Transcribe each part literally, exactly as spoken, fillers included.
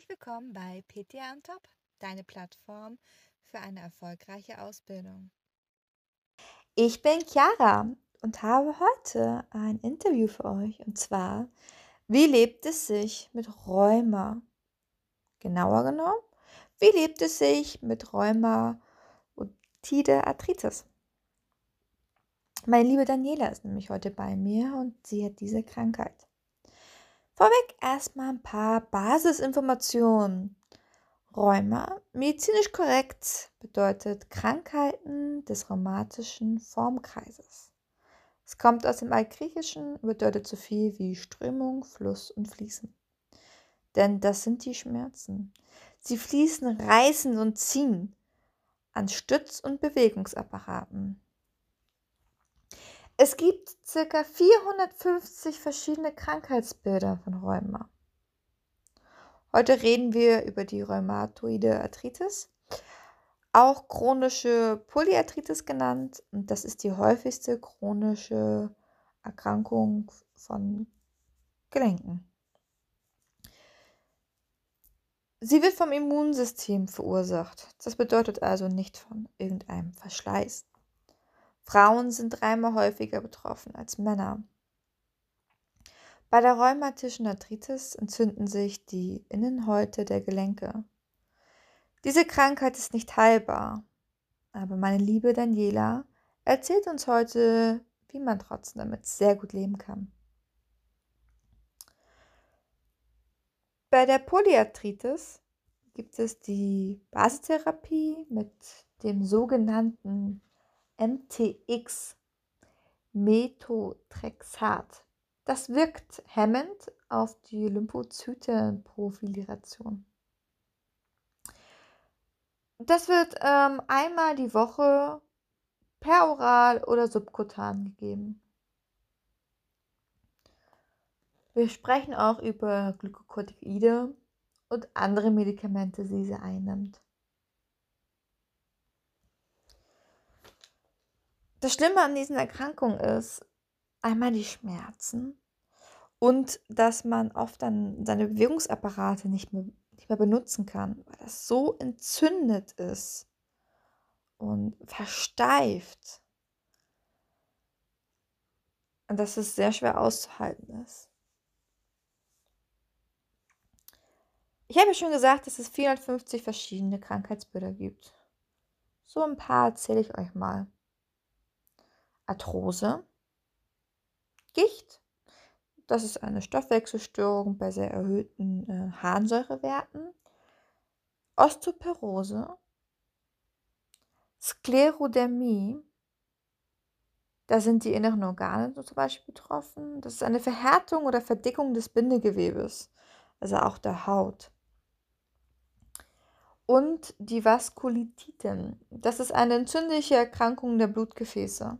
Herzlich willkommen bei P T A on Top, deine Plattform für eine erfolgreiche Ausbildung. Ich bin Chiara und habe heute ein Interview für euch. Und zwar, wie lebt es sich mit Rheuma? Genauer genommen, wie lebt es sich mit Rheumatoide Arthritis? Meine liebe Daniela ist nämlich heute bei mir und sie hat diese Krankheit. Vorweg erstmal ein paar Basisinformationen. Rheuma, medizinisch korrekt, bedeutet Krankheiten des rheumatischen Formkreises. Es kommt aus dem Altgriechischen und bedeutet so viel wie Strömung, Fluss und Fließen. Denn das sind die Schmerzen. Sie fließen, reißen und ziehen an Stütz- und Bewegungsapparaten. Es gibt ca. vierhundertfünfzig verschiedene Krankheitsbilder von Rheuma. Heute reden wir über die Rheumatoide Arthritis, auch chronische Polyarthritis genannt. Und das ist die häufigste chronische Erkrankung von Gelenken. Sie wird vom Immunsystem verursacht. Das bedeutet also nicht von irgendeinem Verschleiß. Frauen sind dreimal häufiger betroffen als Männer. Bei der rheumatischen Arthritis entzünden sich die Innenhäute der Gelenke. Diese Krankheit ist nicht heilbar, aber meine liebe Daniela erzählt uns heute, wie man trotzdem damit sehr gut leben kann. Bei der Polyarthritis gibt es die Basistherapie mit dem sogenannten M T X, Methotrexat. Das wirkt hemmend auf die Lymphozytenproliferation. Das wird ähm, einmal die Woche peroral oder subkutan gegeben. Wir sprechen auch über Glykokortikoide und andere Medikamente, die sie einnimmt. Das Schlimme an diesen Erkrankungen ist einmal die Schmerzen und dass man oft dann seine Bewegungsapparate nicht mehr, nicht mehr benutzen kann, weil das so entzündet ist und versteift. Und dass es sehr schwer auszuhalten ist. Ich habe ja schon gesagt, dass es vierhundertfünfzig verschiedene Krankheitsbilder gibt. So ein paar erzähle ich euch mal. Arthrose, Gicht, das ist eine Stoffwechselstörung bei sehr erhöhten äh, Harnsäurewerten. Osteoporose, Sklerodermie, da sind die inneren Organe zum Beispiel betroffen. Das ist eine Verhärtung oder Verdickung des Bindegewebes, also auch der Haut. Und die Vaskulitiden, das ist eine entzündliche Erkrankung der Blutgefäße.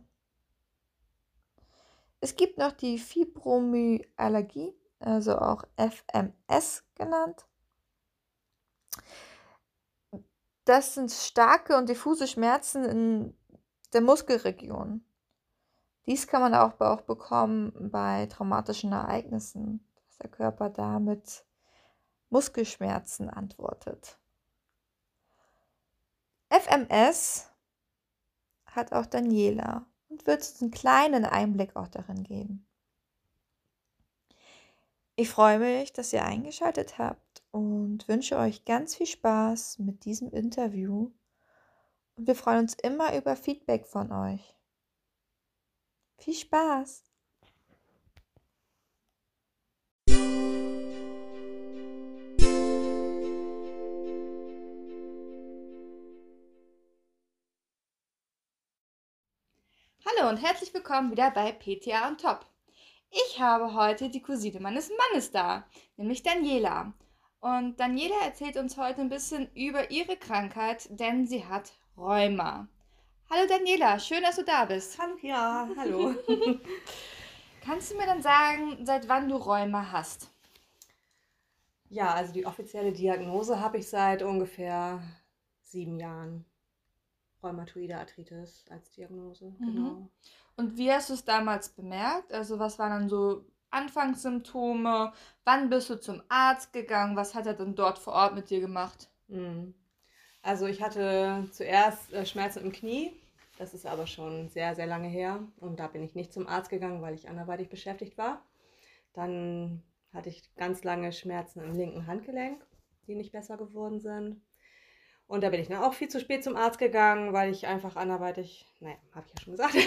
Es gibt noch die Fibromyalgie, also auch F M S genannt. Das sind starke und diffuse Schmerzen in der Muskelregion. Dies kann man auch, auch bekommen bei traumatischen Ereignissen, dass der Körper da mit Muskelschmerzen antwortet. F M S hat auch Daniela und wird uns einen kleinen Einblick auch darin geben. Ich freue mich, dass ihr eingeschaltet habt und wünsche euch ganz viel Spaß mit diesem Interview. Und wir freuen uns immer über Feedback von euch. Viel Spaß! Hallo und herzlich willkommen wieder bei P T A on Top. Ich habe heute die Cousine meines Mannes da, nämlich Daniela. Und Daniela erzählt uns heute ein bisschen über ihre Krankheit, denn sie hat Rheuma. Hallo Daniela, schön, dass du da bist. Hallo, ja, hallo. Kannst du mir dann sagen, seit wann du Rheuma hast? Ja, also die offizielle Diagnose habe ich seit ungefähr sieben Jahren. Rheumatoide Arthritis als Diagnose, Mhm. genau. Und wie hast du es damals bemerkt? Also was waren dann so Anfangssymptome? Wann bist du zum Arzt gegangen? Was hat er denn dort vor Ort mit dir gemacht? Mhm. Also ich hatte zuerst äh, Schmerzen im Knie, das ist aber schon sehr, sehr lange her und da bin ich nicht zum Arzt gegangen, weil ich anderweitig beschäftigt war. Dann hatte ich ganz lange Schmerzen im linken Handgelenk, die nicht besser geworden sind. Und da bin ich dann auch viel zu spät zum Arzt gegangen, weil ich einfach anderweitig, naja, habe ich ja schon gesagt.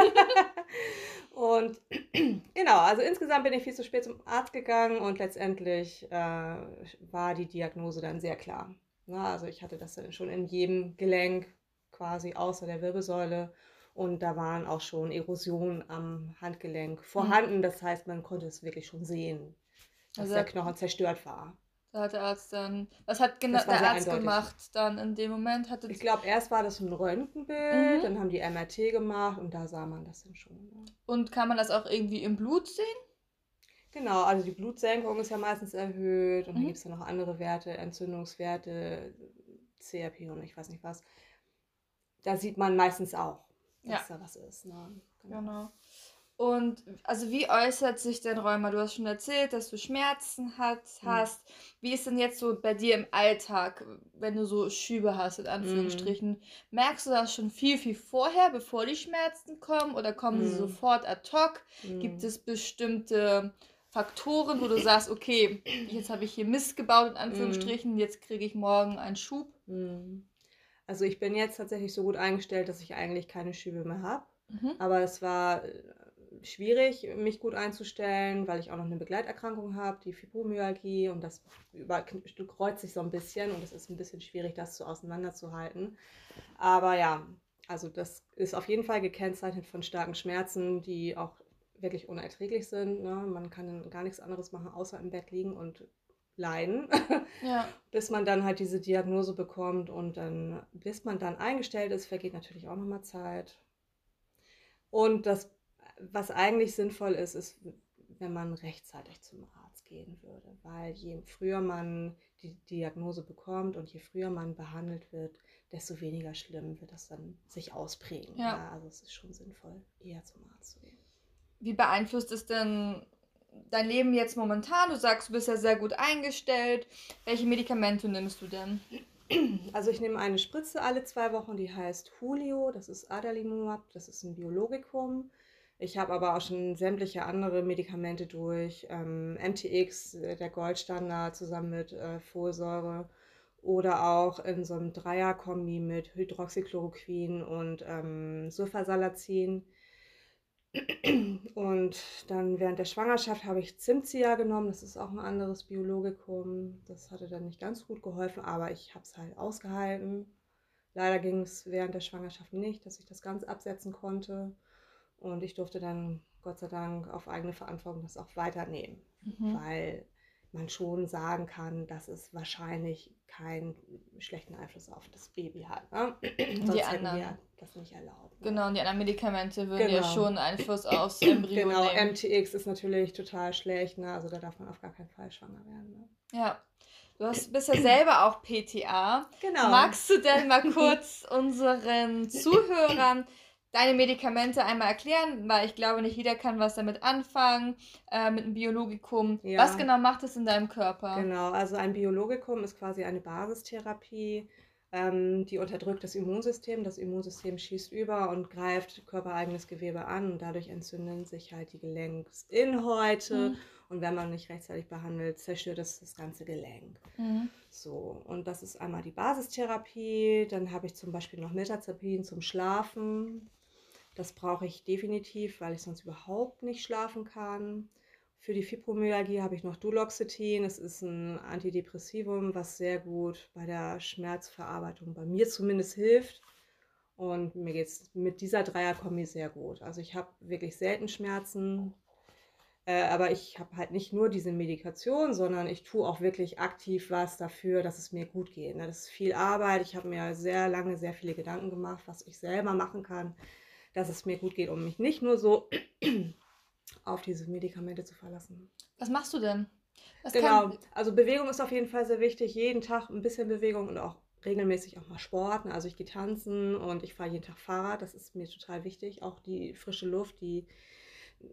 Und genau, also insgesamt bin ich viel zu spät zum Arzt gegangen und letztendlich äh, war die Diagnose dann sehr klar. Na, also ich hatte das dann schon in jedem Gelenk quasi außer der Wirbelsäule und da waren auch schon Erosionen am Handgelenk vorhanden. Das heißt, man konnte es wirklich schon sehen, dass Also der hat, Knochen zerstört war. da hat der Arzt dann, was hat genau Das war der sehr Arzt eindeutig. gemacht dann in dem Moment? Hatte, Ich glaube, erst war das ein Röntgenbild, Mhm. dann haben die M R T gemacht und da sah man das dann schon. Ne? und kann man das auch irgendwie im Blut sehen? Genau, also die Blutsenkung ist ja meistens erhöht und dann Mhm. gibt es ja noch andere Werte, Entzündungswerte, C R P und ich weiß nicht was. Da sieht man meistens auch, dass Ja. da was ist. Ne? Genau. Genau. Und also wie äußert sich dein Rheuma? Du hast schon erzählt, dass du Schmerzen hat, Hm. hast. Wie ist denn jetzt so bei dir im Alltag, wenn du so Schübe hast, in Hm. Anführungsstrichen? Merkst du das schon viel, viel vorher, bevor die Schmerzen kommen? Oder kommen sie Hm. sofort ad hoc? Hm. Gibt es bestimmte Faktoren, wo du sagst, okay, jetzt habe ich hier Mist gebaut, in Anführungsstrichen, jetzt kriege ich morgen einen Schub? Hm. Also ich bin jetzt tatsächlich so gut eingestellt, dass ich eigentlich keine Schübe mehr habe. Mhm. Aber es war äh, schwierig, mich gut einzustellen, weil ich auch noch eine Begleiterkrankung habe, die Fibromyalgie, und das überkreuzt sich so ein bisschen und es ist ein bisschen schwierig, das so auseinanderzuhalten. Aber ja, also das ist auf jeden Fall gekennzeichnet von starken Schmerzen, die auch wirklich unerträglich sind. Ne? Man kann dann gar nichts anderes machen, außer im Bett liegen und leiden, Ja. bis man dann halt diese Diagnose bekommt und dann, bis man dann eingestellt ist, vergeht natürlich auch nochmal Zeit. Und das, was eigentlich sinnvoll ist, ist, wenn man rechtzeitig zum Arzt gehen würde, weil je früher man die Diagnose bekommt und je früher man behandelt wird, desto weniger schlimm wird das dann sich ausprägen. Ja. Ja, also es ist schon sinnvoll, eher zum Arzt zu gehen. Wie beeinflusst es denn dein Leben jetzt momentan? Du sagst, du bist ja sehr gut eingestellt. Welche Medikamente nimmst du denn? Also ich nehme eine Spritze alle zwei Wochen, die heißt Julio, das ist Adalimumab, das ist ein Biologikum. Ich habe aber auch schon sämtliche andere Medikamente durch, ähm, M T X, äh, der Goldstandard, zusammen mit äh, Folsäure oder auch in so einem Dreierkombi mit Hydroxychloroquin und ähm, Sulfasalazin. Und dann während der Schwangerschaft habe ich Cimzia genommen, das ist auch ein anderes Biologikum. Das hatte dann nicht ganz gut geholfen, aber ich habe es halt ausgehalten. Leider ging es während der Schwangerschaft nicht, dass ich das ganz absetzen konnte. Und ich durfte dann, Gott sei Dank, auf eigene Verantwortung das auch weiternehmen, Mhm. weil man schon sagen kann, dass es wahrscheinlich keinen schlechten Einfluss auf das Baby hat. Ne? Sonst die hätten anderen. wir das nicht erlaubt. Ne? Genau, und die anderen Medikamente würden ja Genau. schon Einfluss aufs Embryo Genau, nehmen. M T X ist natürlich total schlecht, ne? Also da darf man auf gar keinen Fall schwanger werden. Ne? Ja. Du hast, bist ja selber auch P T A. Genau. Magst du denn mal kurz unseren Zuhörern deine Medikamente einmal erklären? Weil ich glaube, nicht jeder kann was damit anfangen, äh, mit einem Biologikum. Ja. Was genau macht es in deinem Körper? Genau, also ein Biologikum ist quasi eine Basistherapie, ähm, die unterdrückt das Immunsystem. Das Immunsystem schießt über und greift körpereigenes Gewebe an und dadurch entzünden sich halt die Gelenksinhäute. Mhm. Und wenn man nicht rechtzeitig behandelt, zerstört es das ganze Gelenk. Mhm. So, und das ist einmal die Basistherapie. Dann habe ich zum Beispiel noch Mirtazapin zum Schlafen. Das brauche ich definitiv, weil ich sonst überhaupt nicht schlafen kann. Für die Fibromyalgie habe ich noch Duloxetin. Es ist ein Antidepressivum, was sehr gut bei der Schmerzverarbeitung bei mir zumindest hilft. Und mir geht es mit dieser Dreierkombi sehr gut. Also ich habe wirklich selten Schmerzen. Äh, aber ich habe halt nicht nur diese Medikation, sondern ich tue auch wirklich aktiv was dafür, dass es mir gut geht. Ne? Das ist viel Arbeit. Ich habe mir sehr lange sehr viele Gedanken gemacht, was ich selber machen kann, dass es mir gut geht, um mich nicht nur so auf diese Medikamente zu verlassen. Was machst du denn? Was Genau, kann... also Bewegung ist auf jeden Fall sehr wichtig. Jeden Tag ein bisschen Bewegung und auch regelmäßig auch mal Sport. Ne? Also ich gehe tanzen und ich fahre jeden Tag Fahrrad. Das ist mir total wichtig. Auch die frische Luft, die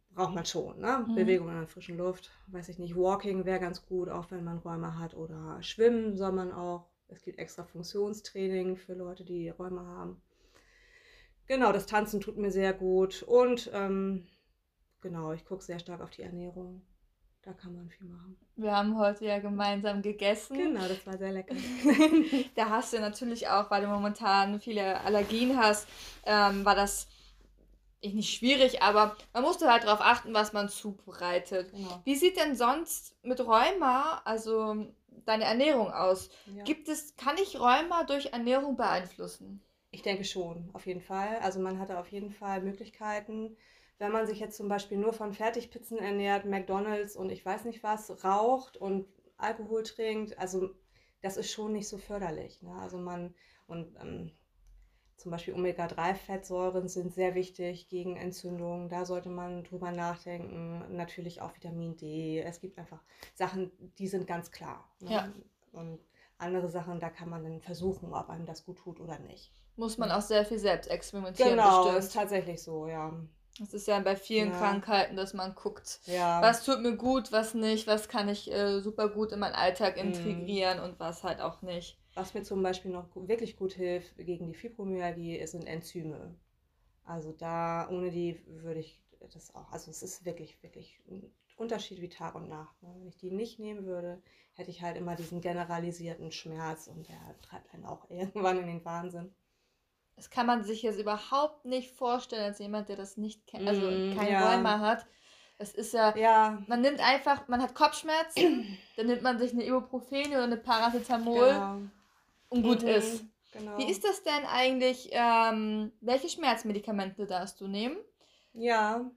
braucht man schon, ne? Mhm. Bewegung in der frischen Luft, weiß ich nicht, Walking wäre ganz gut, auch wenn man Rheuma hat, oder Schwimmen soll man auch. Es gibt extra Funktionstraining für Leute, die Rheuma haben. Genau, das Tanzen tut mir sehr gut und ähm, genau, ich gucke sehr stark auf die Ernährung. Da kann man viel machen. Wir haben heute ja gemeinsam gegessen. Genau, das war sehr lecker. Da hast du natürlich auch, weil du momentan viele Allergien hast, ähm, war das nicht schwierig, aber man musste halt darauf achten, was man zubereitet. Genau. Wie sieht denn sonst mit Rheuma, also deine Ernährung aus? Ja. Gibt es, kann ich Rheuma durch Ernährung beeinflussen? Ich denke schon, auf jeden Fall. Also man hatte auf jeden Fall Möglichkeiten. Wenn man sich jetzt zum Beispiel nur von Fertigpizzen ernährt, McDonald's und ich weiß nicht was, raucht und Alkohol trinkt, also das ist schon nicht so förderlich. Ne? Also man, und ähm, zum Beispiel Omega drei Fettsäuren sind sehr wichtig gegen Entzündungen. Da sollte man drüber nachdenken. Natürlich auch Vitamin D. Es gibt einfach Sachen, die sind ganz klar. Ne? Ja. Und andere Sachen, da kann man dann versuchen, ob einem das gut tut oder nicht. Muss man auch sehr viel selbst experimentieren, Genau, bestimmt. ist tatsächlich so, ja. Das ist ja bei vielen Ja. Krankheiten, dass man guckt, Ja. was tut mir gut, was nicht, was kann ich äh, super gut in meinen Alltag Mhm. integrieren und was halt auch nicht. Was mir zum Beispiel noch gu- wirklich gut hilft gegen die Fibromyalgie, sind Enzyme. Also da, ohne die würde ich das auch, also es ist wirklich, wirklich ein Unterschied wie Tag und Nacht. Ne? Wenn ich die nicht nehmen würde, hätte ich halt immer diesen generalisierten Schmerz und der treibt einen auch irgendwann in den Wahnsinn. Das kann man sich jetzt überhaupt nicht vorstellen als jemand, der das nicht kennt, also Mm, kein ja. Rheuma hat. Das ist ja, Ja, man nimmt einfach, man hat Kopfschmerzen, dann nimmt man sich eine Ibuprofen oder eine Paracetamol genau. und gut Mhm, ist. Genau. Wie ist das denn eigentlich, ähm, welche Schmerzmedikamente darfst du nehmen? Ja,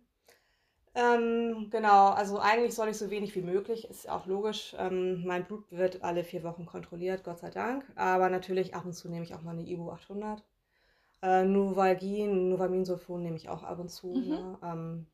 ähm, genau. Also eigentlich soll ich so wenig wie möglich, ist auch logisch. Ähm, mein Blut wird alle vier Wochen kontrolliert, Gott sei Dank. Aber natürlich ab und zu nehme ich auch mal eine Ibu achthundert. Äh, Novalgin, Novaminsulfon nehme ich auch ab und zu. Mhm. Ne? Ähm,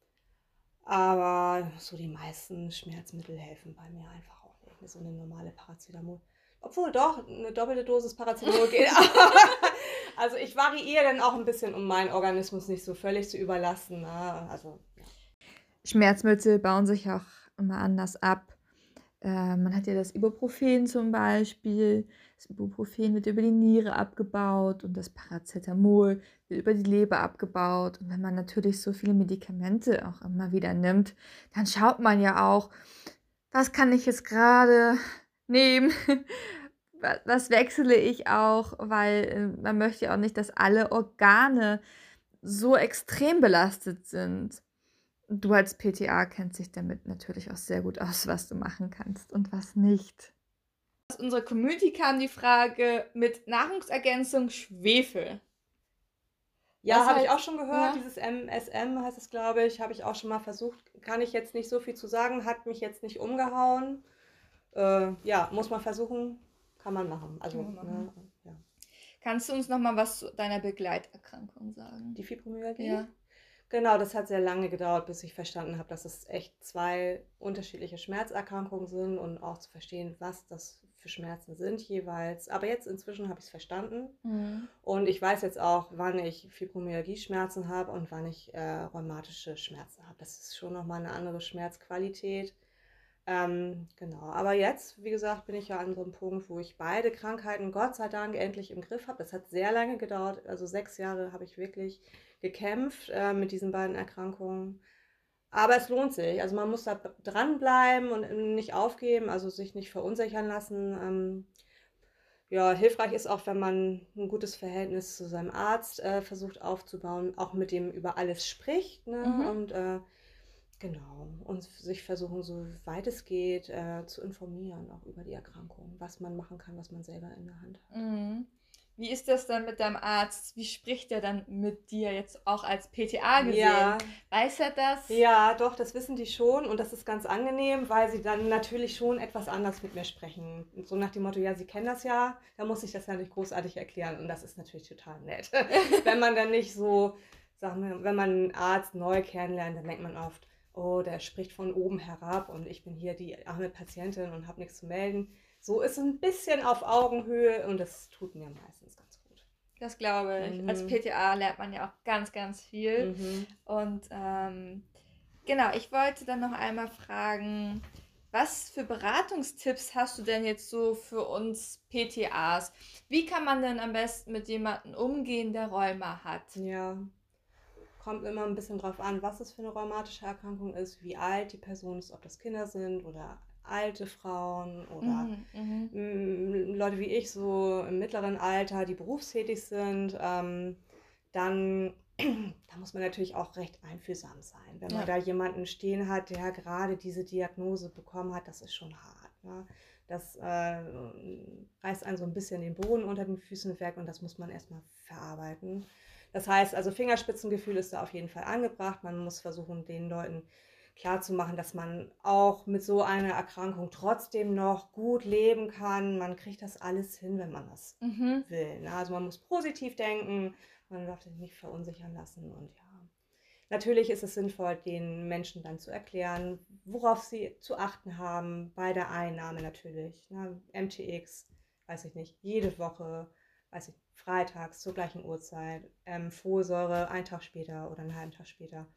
aber so die meisten Schmerzmittel helfen bei mir einfach auch nicht. So eine normale Paracetamol. Obwohl doch, eine doppelte Dosis Paracetamol geht. Also ich variiere dann auch ein bisschen, um meinen Organismus nicht so völlig zu überlasten. Ne? Also, ja. Schmerzmittel bauen sich auch immer anders ab. Äh, man hat ja das Ibuprofen zum Beispiel. Das Ibuprofen wird über die Niere abgebaut und das Paracetamol wird über die Leber abgebaut. Und wenn man natürlich so viele Medikamente auch immer wieder nimmt, dann schaut man ja auch, was kann ich jetzt gerade nehmen? Wa- Was wechsle ich auch? Weil äh, man möchte ja auch nicht, dass alle Organe so extrem belastet sind. Du als P T A kennst dich damit natürlich auch sehr gut aus, was du machen kannst und was nicht. Aus unserer Community kam die Frage mit Nahrungsergänzung Schwefel. Ja, Das habe ich heißt- auch schon gehört. ja. Dieses M S M heißt es, glaube ich. Habe ich auch schon mal versucht. Kann ich jetzt nicht so viel zu sagen. Hat mich jetzt nicht umgehauen. Äh, ja, muss man versuchen. Kann man machen. Also, Kann man machen. Ne, ja. Kannst du uns noch mal was zu deiner Begleiterkrankung sagen? Die Fibromyalgie? Ja. Genau, das hat sehr lange gedauert, bis ich verstanden habe, dass es echt zwei unterschiedliche Schmerzerkrankungen sind und auch zu verstehen, was das für Schmerzen sind jeweils. Aber jetzt inzwischen habe ich es verstanden Mhm. und ich weiß jetzt auch, wann ich Fibromyalgie-Schmerzen habe und wann ich äh, rheumatische Schmerzen habe. Das ist schon nochmal eine andere Schmerzqualität. Ähm, genau, aber jetzt, wie gesagt, bin ich ja an so einem Punkt, wo ich beide Krankheiten Gott sei Dank endlich im Griff habe. Das hat sehr lange gedauert, also sechs Jahre habe ich wirklich gekämpft äh, mit diesen beiden Erkrankungen. Aber es lohnt sich, also man muss da dranbleiben und nicht aufgeben, also sich nicht verunsichern lassen. Ähm, ja, hilfreich ist auch, wenn man ein gutes Verhältnis zu seinem Arzt äh, versucht aufzubauen, auch mit dem über alles spricht, ne? Mhm. Und äh, genau, und sich versuchen, so weit es geht, äh, zu informieren, auch über die Erkrankung, was man machen kann, was man selber in der Hand hat. Mhm. Wie ist das dann mit deinem Arzt? Wie spricht er dann mit dir jetzt auch als P T A gesehen? Ja, Weiß er das? ja, doch, das wissen die schon und das ist ganz angenehm, weil sie dann natürlich schon etwas anders mit mir sprechen. So nach dem Motto, ja, sie kennen das ja, da muss ich das ja nicht großartig erklären und das ist natürlich total nett. Wenn man dann nicht so, sagen wir, wenn man einen Arzt neu kennenlernt, dann denkt man oft, oh, der spricht von oben herab und ich bin hier die arme Patientin und habe nichts zu melden. So ist es ein bisschen auf Augenhöhe und das tut mir meistens ganz gut. Das glaube ich. Mhm. Als P T A lernt man ja auch ganz, ganz viel. Mhm. Und ähm, Genau, ich wollte dann noch einmal fragen, was für Beratungstipps hast du denn jetzt so für uns P T As? Wie kann man denn am besten mit jemandem umgehen, der Rheuma hat? Ja, kommt immer ein bisschen drauf an, was es für eine rheumatische Erkrankung ist, wie alt die Person ist, ob das Kinder sind oder alte Frauen oder Mhm, mhm. mm, Leute wie ich, so im mittleren Alter, die berufstätig sind. Ähm, dann da muss man natürlich auch recht einfühlsam sein. Wenn man Ja. da jemanden stehen hat, der gerade diese Diagnose bekommen hat, das ist schon hart. Ne? Das äh, reißt einen so ein bisschen den Boden unter den Füßen weg und das muss man erstmal verarbeiten. Das heißt, also Fingerspitzengefühl ist da auf jeden Fall angebracht. Man muss versuchen, den Leuten klarzumachen, dass man auch mit so einer Erkrankung trotzdem noch gut leben kann. Man kriegt das alles hin, wenn man das Mhm. will. Ne? Also man muss positiv denken, man darf sich nicht verunsichern lassen und ja. Natürlich ist es sinnvoll, den Menschen dann zu erklären, worauf sie zu achten haben bei der Einnahme natürlich. Ne? M T X, weiß ich nicht, jede Woche, weiß ich, freitags zur gleichen Uhrzeit, ähm, Folsäure einen Tag später oder einen halben Tag später.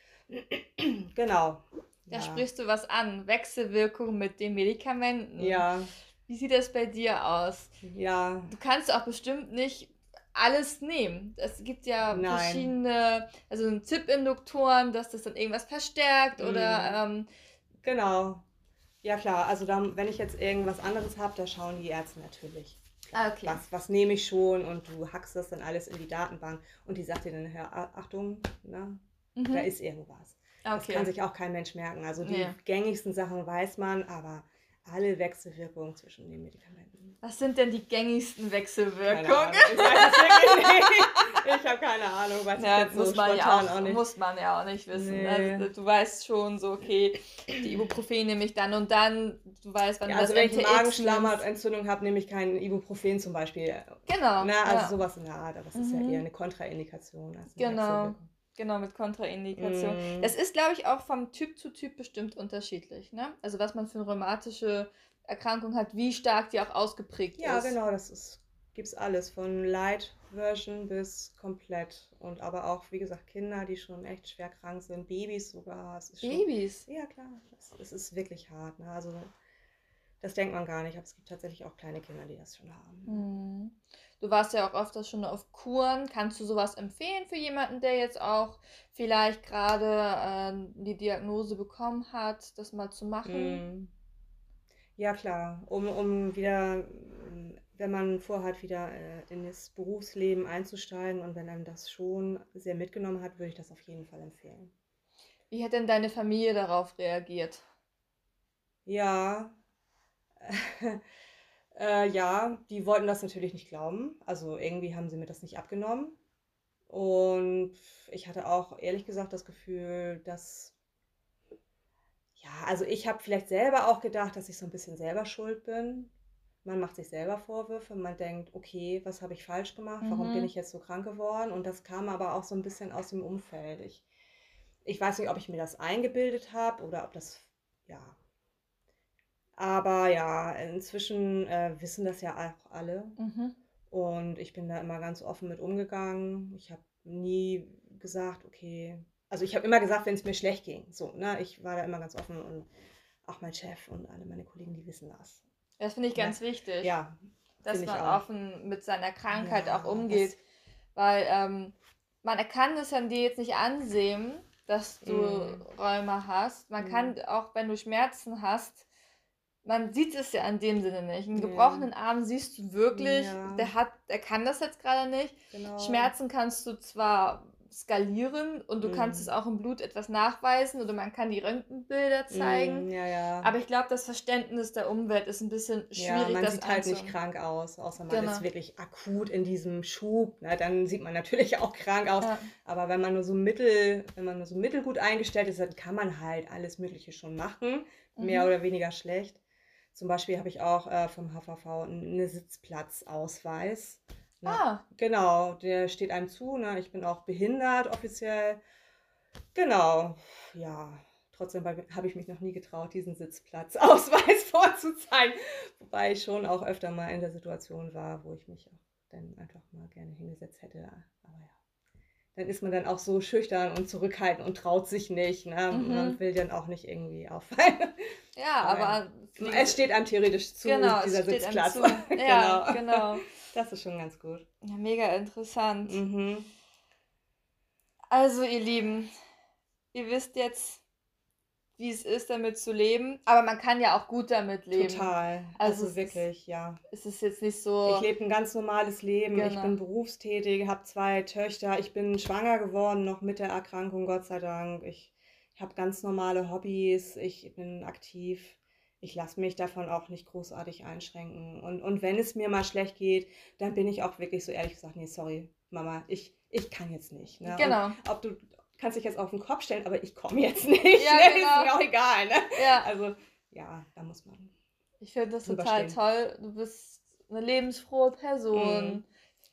Genau. Da Ja. sprichst du was an. Wechselwirkung mit den Medikamenten. Ja, Wie sieht das bei dir aus? ja, Du kannst auch bestimmt nicht alles nehmen. Es gibt ja nein. verschiedene, also Zip-Induktoren, dass das dann irgendwas verstärkt Mm. oder ähm, Genau. Ja klar, also dann, wenn ich jetzt irgendwas anderes habe, da schauen die Ärzte natürlich. ah, okay. Was, was nehme ich schon und du hackst das dann alles in die Datenbank und die sagt dir dann, hör, A- Achtung, na, Mhm. da ist irgendwas. Das Okay. kann sich auch kein Mensch merken. Also die Nee. gängigsten Sachen weiß man, aber alle Wechselwirkungen zwischen den Medikamenten. Was sind denn die gängigsten Keine Wechselwirkungen? Ahnung. Ich weiß es wirklich nicht. Ich habe keine Ahnung, weiß Ja, ich jetzt so muss man ja spontan auch, auch nicht. muss man ja auch nicht wissen. Nee. Also, du weißt schon so, okay, die Ibuprofen nehme ich dann und dann. Du weißt, wann Ja, du also das wenn ich M T eine X nimmst. Magenschleimhautentzündung habe, nehme ich kein Ibuprofen zum Beispiel. Genau. Na, also ja. sowas in der Art, aber das ist ja Mhm. eher eine Kontraindikation als eine Genau. Wechselwirkung. Genau, mit Kontraindikation. Mm. Das ist, glaube ich, auch vom Typ zu Typ bestimmt unterschiedlich, ne? Also was man für eine rheumatische Erkrankung hat, wie stark die auch ausgeprägt Ja, ist. genau, das ist, gibt's alles, von Light Version bis komplett. Und aber auch, wie gesagt, Kinder, die schon echt schwer krank sind, Babys sogar. Es ist schon, Babys. ja klar, es, es ist wirklich hart. Ne? Also das denkt man gar nicht, aber es gibt tatsächlich auch kleine Kinder, die das schon haben. Hm. Du warst ja auch öfters schon auf Kuren. Kannst du sowas empfehlen für jemanden, der jetzt auch vielleicht gerade äh, die Diagnose bekommen hat, das mal zu machen? Mm. Ja klar, um, um wieder, mm, wenn man vorhat, wieder äh, in das Berufsleben einzusteigen und wenn einem das schon sehr mitgenommen hat, würde ich das auf jeden Fall empfehlen. Wie hat denn deine Familie darauf reagiert? Ja, äh, ja, die wollten das natürlich nicht glauben. Also irgendwie haben sie mir das nicht abgenommen. Und ich hatte auch ehrlich gesagt das Gefühl, dass, ja, also ich habe vielleicht selber auch gedacht, dass ich so ein bisschen selber schuld bin. Man macht sich selber Vorwürfe, man denkt, okay, was habe ich falsch gemacht? Warum bin Mhm. ich jetzt so krank geworden? Und das kam aber auch so ein bisschen aus dem Umfeld. Ich, ich weiß nicht, ob ich mir das eingebildet habe oder ob das, ja. Aber ja, inzwischen äh, wissen das ja auch alle. Mhm. Und ich bin da immer ganz offen mit umgegangen. Ich habe nie gesagt, okay, also ich habe immer gesagt, wenn es mir schlecht ging. So, ne? Ich war da immer ganz offen und auch mein Chef und alle meine Kollegen, die wissen das. Das finde ich Ja. ganz wichtig, Ja, dass finde ich man auch. offen mit seiner Krankheit Ja, auch umgeht. das- Weil ähm, man kann es an dir jetzt nicht ansehen, dass du Mm. Rheuma hast. Man Mm. kann auch, wenn du Schmerzen hast, man sieht es ja in dem Sinne nicht. Einen Ja. gebrochenen Arm siehst du wirklich, Ja. der hat, der kann das jetzt gerade nicht. Genau. Schmerzen kannst du zwar skalieren und du kannst Mm. es auch im Blut etwas nachweisen oder man kann die Röntgenbilder zeigen. Mm, ja, ja. Aber ich glaube, das Verständnis der Umwelt ist ein bisschen schwierig, ja, man das sieht halt nicht anzu- krank aus, außer man Genau. ist wirklich akut in diesem Schub. Na, dann sieht man natürlich auch krank aus. Ja. Aber wenn man nur so mittel, wenn man nur so mittelgut eingestellt ist, dann kann man halt alles Mögliche schon machen, mehr Mhm. oder weniger schlecht. Zum Beispiel habe ich auch äh, vom H V V einen Sitzplatzausweis. Na, Ah, Genau, der steht einem zu. Ne? Ich bin auch behindert offiziell. Genau, ja. Trotzdem habe habe ich mich noch nie getraut, diesen Sitzplatzausweis vorzuzeigen. Wobei ich schon auch öfter mal in der Situation war, wo ich mich auch dann einfach mal gerne hingesetzt hätte. Aber ja, dann ist man dann auch so schüchtern und zurückhaltend und traut sich nicht. Ne? Mhm. Man will dann auch nicht irgendwie auffallen. Ja, Aber aber wie Es steht einem theoretisch zu, genau, es dieser steht einem Sitzplatz. zu. Ja, genau. genau. Das ist schon ganz gut. Ja, mega interessant. Mhm. Also, ihr Lieben, ihr wisst jetzt, wie es ist, damit zu leben. Aber man kann ja auch gut damit leben. Total. Also Also, es ist, wirklich, ja. es ist jetzt nicht Ich so, lebe ein ganz normales Leben. Ich genau. bin berufstätig, habe zwei Töchter. Ich bin schwanger geworden, noch mit der Erkrankung, Gott sei Dank. Ich habe ganz normale Hobbys. Ich bin aktiv. Ich lasse mich davon auch nicht großartig einschränken. Und, und wenn es mir mal schlecht geht, dann bin ich auch wirklich so ehrlich gesagt, nee, sorry, Mama, ich, ich kann jetzt nicht. Ne? Genau. Und ob du kannst dich jetzt auf den Kopf stellen, aber ich komme jetzt nicht. Ja, ne? genau. Ist mir auch egal. Ne? Ja, Also, ja, da muss man ich finde das drüber total stehen. toll. Du bist eine lebensfrohe Person. Mhm.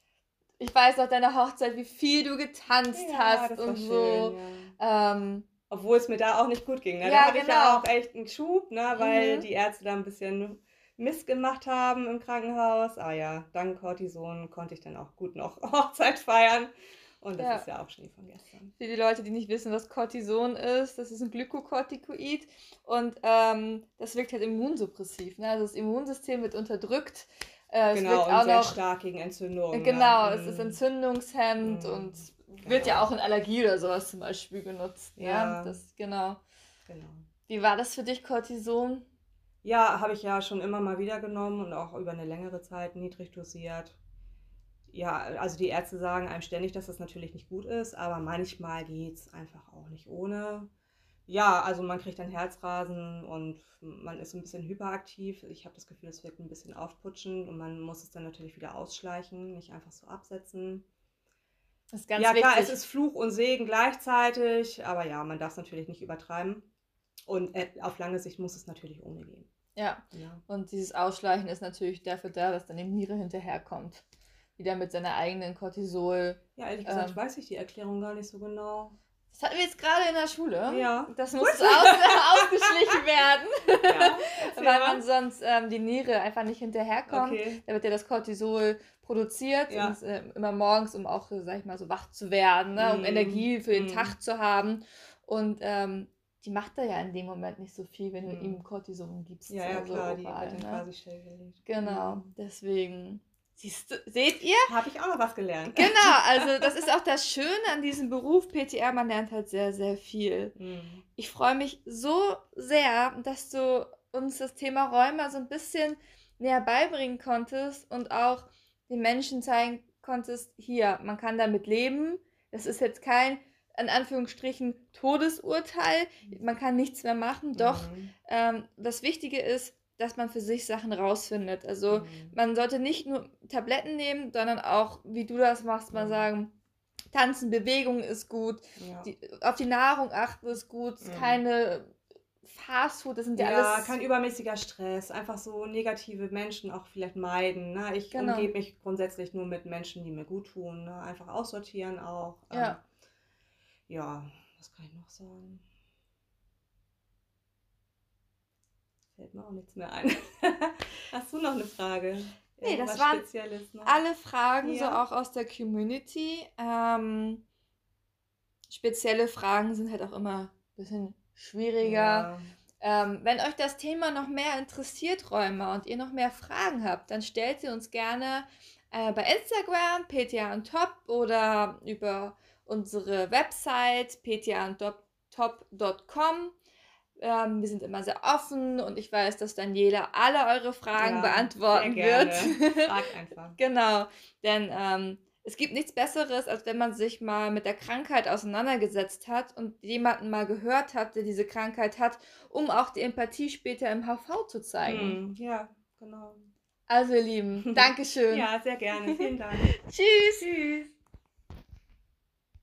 Ich weiß noch deiner Hochzeit, wie viel du getanzt Ja, hast das war und schön, so. ja. Ähm, Obwohl es mir da auch nicht gut ging. Ne? Ja, Da hatte ich ja genau. auch echt einen Schub, ne? Weil Mhm. die Ärzte da ein bisschen Mist gemacht haben im Krankenhaus. Aber ja, dank Cortison konnte ich dann auch gut noch Hochzeit feiern. Und das Ja. ist ja auch Schnee von gestern. Für die Leute, die nicht wissen, was Cortison ist, das ist ein Glykokortikoid und ähm, das wirkt halt immunsuppressiv. Ne? Also das Immunsystem wird unterdrückt. Äh, es Genau, wirkt und auch sehr noch, stark gegen Entzündungen. genau, ne? es ist Mm, entzündungshemmend mm, und wird genau. ja auch in Allergie oder sowas zum Beispiel genutzt. Ne? Ja. Das, genau. Genau. Wie war das für dich, Cortison? Ja, habe ich ja schon immer mal wieder genommen und auch über eine längere Zeit niedrig dosiert. Ja, also die Ärzte sagen einem ständig, dass das natürlich nicht gut ist, aber manchmal geht es einfach auch nicht ohne. Ja, also man kriegt dann Herzrasen und man ist ein bisschen hyperaktiv. Ich habe das Gefühl, es wirkt ein bisschen aufputschend und man muss es dann natürlich wieder ausschleichen, nicht einfach so absetzen. Das ist ganz Ja, klar, es wichtig. ist Fluch und Segen gleichzeitig, aber ja, man darf es natürlich nicht übertreiben. Und äh, auf lange Sicht muss es natürlich ohne gehen. Ja, Ja. und dieses Ausschleichen ist natürlich dafür da, dass dann die Niere hinterherkommt. Wieder mit seiner eigenen Cortisol. Ja, ehrlich gesagt, Ähm. weiß ich die Erklärung gar nicht so genau. Das hatten wir jetzt gerade in der Schule. Ja. Das muss aus, ausgeschlichen werden, Ja, erzähl weil mal. man sonst ähm, die Niere einfach nicht hinterherkommt. Okay. Da wird ja das Cortisol produziert Ja. und, äh, immer morgens, um auch, sag ich mal, so wach zu werden, ne? um Mm, Energie für den mm. Tag zu haben. Und ähm, die macht da ja in dem Moment nicht so viel, wenn du Mm. ihm Cortison gibst. Ja, ja, also klar, die oral, wird dann ne? quasi stillgelegt. Genau, Mhm. deswegen. Siehst du, seht ihr? Habe ich auch noch was gelernt. Genau, also das ist auch das Schöne an diesem Beruf P T R, man lernt halt sehr, sehr viel. Mhm. Ich freue mich so sehr, dass du uns das Thema Rheuma so ein bisschen näher beibringen konntest und auch den Menschen zeigen konntest, hier, man kann damit leben. Das ist jetzt kein, in Anführungsstrichen, Todesurteil. Man kann nichts mehr machen. Doch Mhm. ähm, das Wichtige ist, dass man für sich Sachen rausfindet. Also Mhm. man sollte nicht nur Tabletten nehmen, sondern auch, wie du das machst, mal Mhm. sagen, Tanzen, Bewegung ist gut, Ja. die, auf die Nahrung achten ist gut, Mhm. keine Fastfood, das sind ja, Ja, alles... kein übermäßiger Stress, einfach so negative Menschen auch vielleicht meiden. Ne? Ich Genau. umgebe mich grundsätzlich nur mit Menschen, die mir gut tun. Ne? Einfach aussortieren auch. Ja. Ähm, ja, was kann ich noch sagen? Fällt mir auch nichts mehr ein. Hast du noch eine Frage? Nee, das Irgendwas waren Spezielles noch? alle Fragen, so Ja. auch aus der Community. Ähm, spezielle Fragen sind halt auch immer ein bisschen schwieriger. Ja. Ähm, wenn euch das Thema noch mehr interessiert, Rheuma, und ihr noch mehr Fragen habt, dann stellt sie uns gerne äh, bei Instagram, P T A on Top, oder über unsere Website p t a on top punkt com. Ähm, wir sind immer sehr offen und ich weiß, dass Daniela alle eure Fragen Ja, beantworten sehr gerne. wird. Frag einfach. Genau, denn ähm, es gibt nichts Besseres, als wenn man sich mal mit der Krankheit auseinandergesetzt hat und jemanden mal gehört hat, der diese Krankheit hat, um auch die Empathie später im H V zu zeigen. Hm, ja, genau. Also ihr Lieben, Dankeschön. Ja, sehr gerne. Vielen Dank. Tschüss. Tschüss.